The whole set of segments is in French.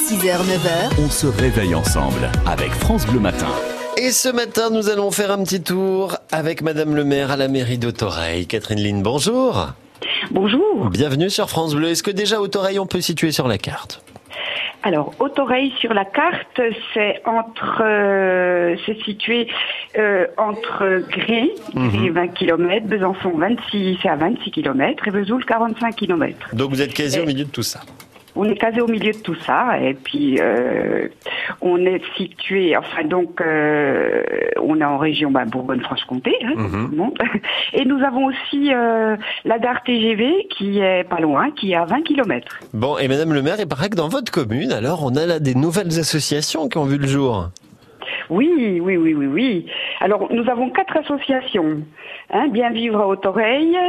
6h, 9h. On se réveille ensemble avec France Bleu Matin. Et ce matin, nous allons faire un petit tour avec Madame le maire à la mairie d'Hautoreille. Catherine Line, bonjour. Bonjour. Bienvenue sur France Bleu. Est-ce que déjà Hautoreille, on peut situer sur la carte ? Alors, Hautoreille sur la carte, c'est situé entre Gré, 20 km, Besançon 26, c'est à 26 km, et Vesoul 45 km. Donc vous êtes quasi au milieu de tout ça. On est quasi au milieu de tout ça, et puis on est situé, on est en région Bourgogne-Franche-Comté, tout le monde. Et nous avons aussi la gare TGV qui est pas loin, qui est à 20 km. Bon, et Madame le maire, il paraît que dans votre commune, alors on a là des nouvelles associations qui ont vu le jour. Oui. Alors, nous avons 4 associations. Bien vivre à Hautoreille.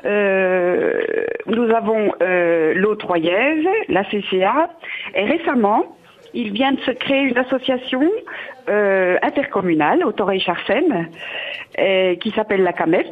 Nous avons l'eau troyaise, la CCA. Et récemment, il vient de se créer une association intercommunale, Hautoreille-Charcène, qui s'appelle la CAMEP.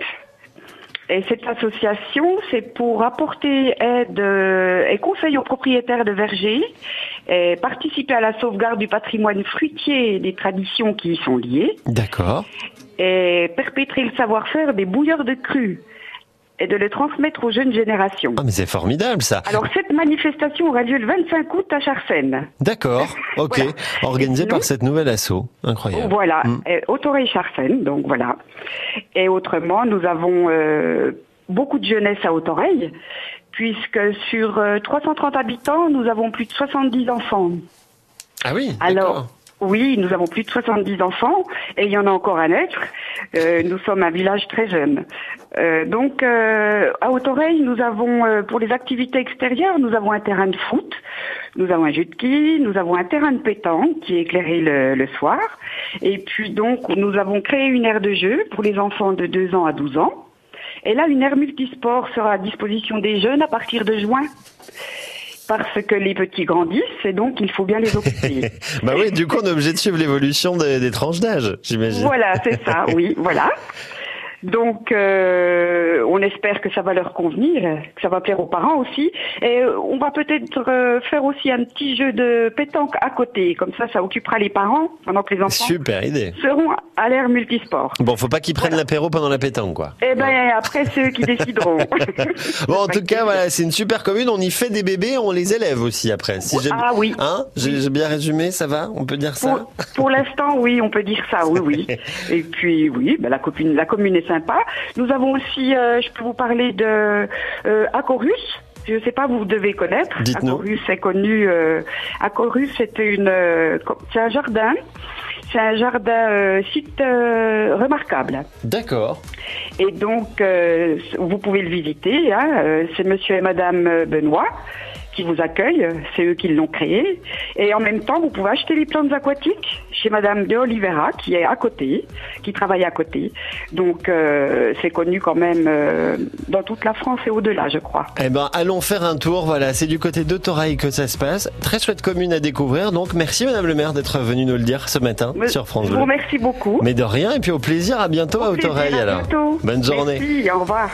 Et cette association, c'est pour apporter aide et conseil aux propriétaires de vergers, et participer à la sauvegarde du patrimoine fruitier et des traditions qui y sont liées. D'accord. Et perpétrer le savoir-faire des bouilleurs de cru et de le transmettre aux jeunes générations. Ah, mais c'est formidable ça. Alors cette manifestation aura lieu le 25 août à Charcène. D'accord, ok. Voilà. Organisé par cette nouvelle asso. Incroyable. Voilà, Hautoreille-Charcène, donc voilà. Et autrement, nous avons beaucoup de jeunesse à Hautoreille, puisque sur 330 habitants, nous avons plus de 70 enfants. Ah oui, Alors, d'accord. oui, nous avons plus de 70 enfants, et il y en a encore à naître. Nous sommes un village très jeune. Donc, à Hautoreille, nous avons, pour les activités extérieures, nous avons un terrain de foot, nous avons un jeu de quilles, nous avons un terrain de pétanque qui est éclairé le soir. Et puis donc, nous avons créé une aire de jeu pour les enfants de 2 ans à 12 ans. Et là, une aire multisport sera à disposition des jeunes à partir de juin. Parce que les petits grandissent et donc il faut bien les occuper. Bah oui, du coup on est obligé de suivre l'évolution des tranches d'âge, j'imagine. Voilà, c'est ça, oui, voilà. Donc, on espère que ça va leur convenir, que ça va plaire aux parents aussi. Et on va peut-être faire aussi un petit jeu de pétanque à côté. Comme ça occupera les parents pendant que les enfants Super idée. seront à l'ère multisport. Bon, faut pas qu'ils prennent l'apéro pendant la pétanque, quoi. Eh ben, après, c'est eux qui décideront. Bon, en tout cas, voilà, c'est une super commune. On y fait des bébés, on les élève aussi après. Ah oui. Hein, j'ai bien résumé, ça va? On peut dire ça? Pour l'instant, oui, on peut dire ça, oui. Et puis, oui, la commune est sympa. Nous avons aussi, je peux vous parler de Acorus. Je ne sais pas, vous devez connaître. Dites-nous. Acorus est connu. Acorus, c'est un jardin. C'est un jardin site remarquable. D'accord. Et donc, vous pouvez le visiter. C'est Monsieur et Madame Benoît qui vous accueillent, c'est eux qui l'ont créé. Et en même temps, vous pouvez acheter les plantes aquatiques chez Madame de Oliveira, qui est à côté, qui travaille à côté. Donc, c'est connu quand même dans toute la France et au-delà, je crois. Eh ben, allons faire un tour. Voilà, c'est du côté d'Hautoreille que ça se passe. Très chouette commune à découvrir. Donc, merci Madame le maire d'être venue nous le dire ce matin sur France Bleu. Je vous remercie beaucoup. Mais de rien. Et puis au plaisir. À bientôt à Hautoreille alors. Bientôt. Bonne journée. Merci, au revoir.